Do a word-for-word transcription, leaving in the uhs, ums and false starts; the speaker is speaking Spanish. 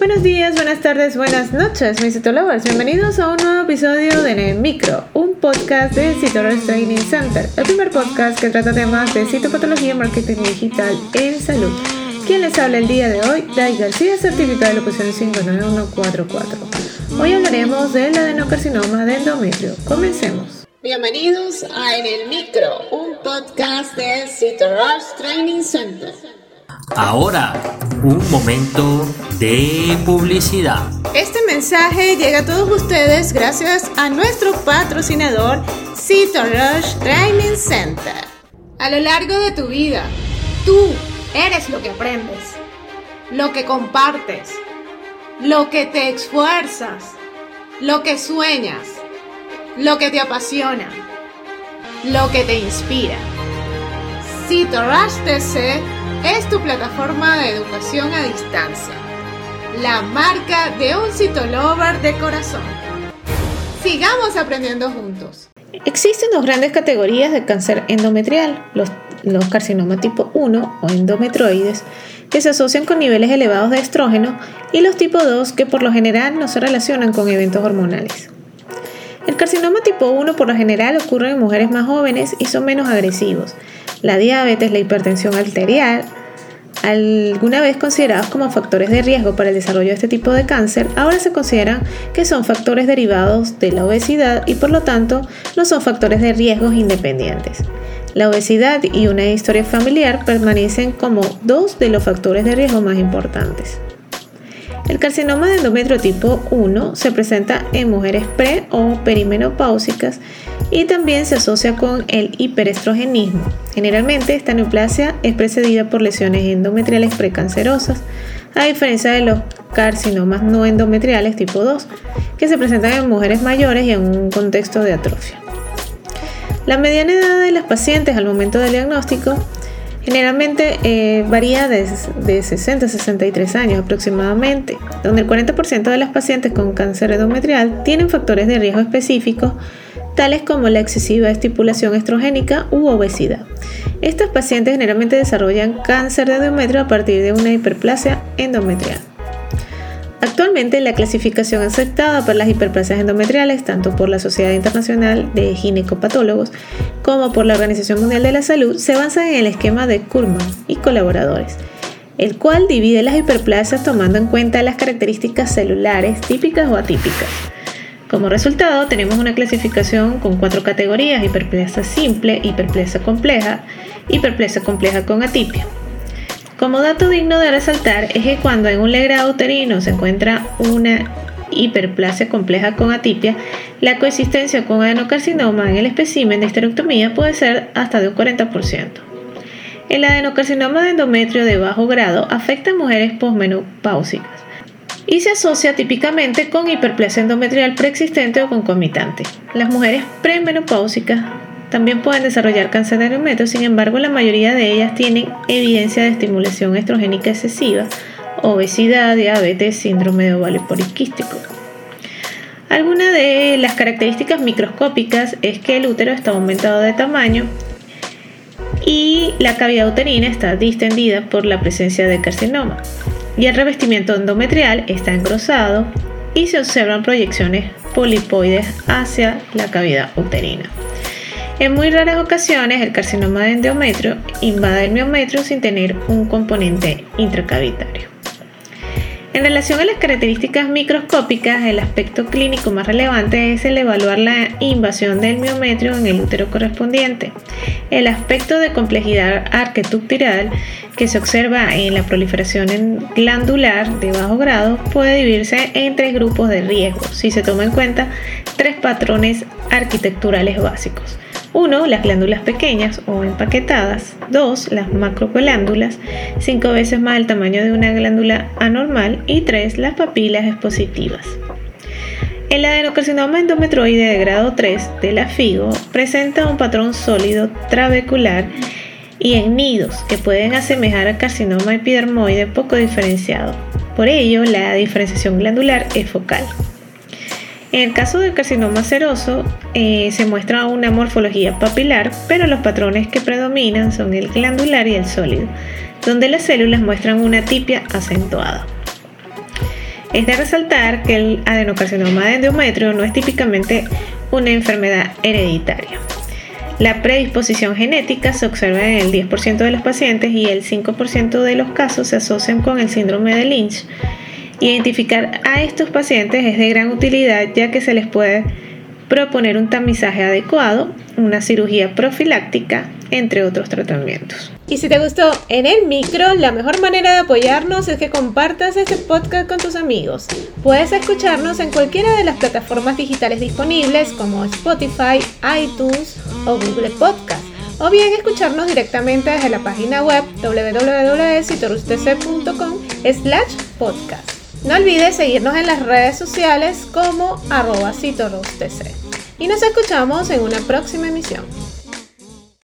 Buenos días, buenas tardes, buenas noches, mis cytolovers. Bienvenidos a un nuevo episodio de En el Micro, un podcast de Cytorush Training Center, el primer podcast que trata temas de citopatología y marketing digital en salud. Quien les habla el día de hoy, Dai García, certificado de locución cinco nueve uno cuatro cuatro. Hoy hablaremos del adenocarcinoma de endometrio. Comencemos. Bienvenidos a En el Micro, un podcast de Cytorush Training Center. Ahora, un momento de publicidad. Este mensaje llega a todos ustedes gracias a nuestro patrocinador Cytorush Training Center. A lo largo de tu vida, tú eres lo que aprendes, lo que compartes, lo que te esfuerzas, lo que sueñas, lo que te apasiona, lo que te inspira. Cytorush T C es tu plataforma de educación a distancia, la marca de un cytolover de corazón. Sigamos aprendiendo juntos. Existen dos grandes categorías de cáncer endometrial, los, los carcinomas tipo uno o endometrioides, que se asocian con niveles elevados de estrógeno, y los tipo dos, que por lo general no se relacionan con eventos hormonales. El carcinoma tipo uno por lo general ocurre en mujeres más jóvenes y son menos agresivos. La diabetes, la hipertensión arterial, alguna vez considerados como factores de riesgo para el desarrollo de este tipo de cáncer, ahora se consideran que son factores derivados de la obesidad y por lo tanto no son factores de riesgos independientes. La obesidad y una historia familiar permanecen como dos de los factores de riesgo más importantes. El carcinoma de endometrio tipo uno se presenta en mujeres pre o perimenopáusicas y también se asocia con el hiperestrogenismo. Generalmente esta neoplasia es precedida por lesiones endometriales precancerosas, a diferencia de los carcinomas no endometriales tipo dos, que se presentan en mujeres mayores y en un contexto de atrofia. La mediana edad de las pacientes al momento del diagnóstico generalmente eh, varía de, de sesenta a sesenta y tres años aproximadamente, donde el cuarenta por ciento de las pacientes con cáncer endometrial tienen factores de riesgo específicos, tales como la excesiva estimulación estrogénica u obesidad. Estas pacientes generalmente desarrollan cáncer de endometrio a partir de una hiperplasia endometrial. Actualmente, la clasificación aceptada para las hiperplasias endometriales, tanto por la Sociedad Internacional de Ginecopatólogos como por la Organización Mundial de la Salud, se basa en el esquema de Kurman y colaboradores, el cual divide las hiperplasias tomando en cuenta las características celulares típicas o atípicas. Como resultado, tenemos una clasificación con cuatro categorías: hiperplasia simple, hiperplasia compleja, hiperplasia compleja con atipia. Como dato digno de resaltar es que cuando en un legrado uterino se encuentra una hiperplasia compleja con atipia, la coexistencia con adenocarcinoma en el espécimen de histerectomía puede ser hasta de un cuarenta por ciento. El adenocarcinoma de endometrio de bajo grado afecta a mujeres posmenopáusicas y se asocia típicamente con hiperplasia endometrial preexistente o concomitante. Las mujeres premenopáusicas también pueden desarrollar cáncer de endometrio, sin embargo la mayoría de ellas tienen evidencia de estimulación estrogénica excesiva, obesidad, diabetes, síndrome de ovario poliquístico. Alguna de las características microscópicas es que el útero está aumentado de tamaño y la cavidad uterina está distendida por la presencia de carcinoma, y el revestimiento endometrial está engrosado y se observan proyecciones polipoides hacia la cavidad uterina. En muy raras ocasiones, el carcinoma de endometrio invade el miometrio sin tener un componente intracavitario. En relación a las características microscópicas, el aspecto clínico más relevante es el evaluar la invasión del miometrio en el útero correspondiente. El aspecto de complejidad arqueductal que se observa en la proliferación glandular de bajo grado puede dividirse en tres grupos de riesgo si se toma en cuenta tres patrones arquitecturales básicos. uno. Las glándulas pequeñas o empaquetadas. dos. Las macroglándulas, cinco veces más el tamaño de una glándula anormal. Y tres. Las papilas expositivas. El adenocarcinoma endometrioide de grado tres de la FIGO presenta un patrón sólido trabecular y en nidos que pueden asemejar al carcinoma epidermoide poco diferenciado. Por ello, la diferenciación glandular es focal. En el caso del carcinoma seroso, eh, se muestra una morfología papilar, pero los patrones que predominan son el glandular y el sólido, donde las células muestran una atipia acentuada. Es de resaltar que el adenocarcinoma de endometrio no es típicamente una enfermedad hereditaria. La predisposición genética se observa en el diez por ciento de los pacientes y el cinco por ciento de los casos se asocian con el síndrome de Lynch. Identificar a estos pacientes es de gran utilidad, ya que se les puede proponer un tamizaje adecuado, una cirugía profiláctica, entre otros tratamientos. Y si te gustó En el Micro, la mejor manera de apoyarnos es que compartas este podcast con tus amigos. Puedes escucharnos en cualquiera de las plataformas digitales disponibles como Spotify, iTunes o Google Podcast, o bien escucharnos directamente desde la página web doble u doble u doble u punto citorustc punto com slash podcast. No olvides seguirnos en las redes sociales como arroba citorustc. Y nos escuchamos en una próxima emisión.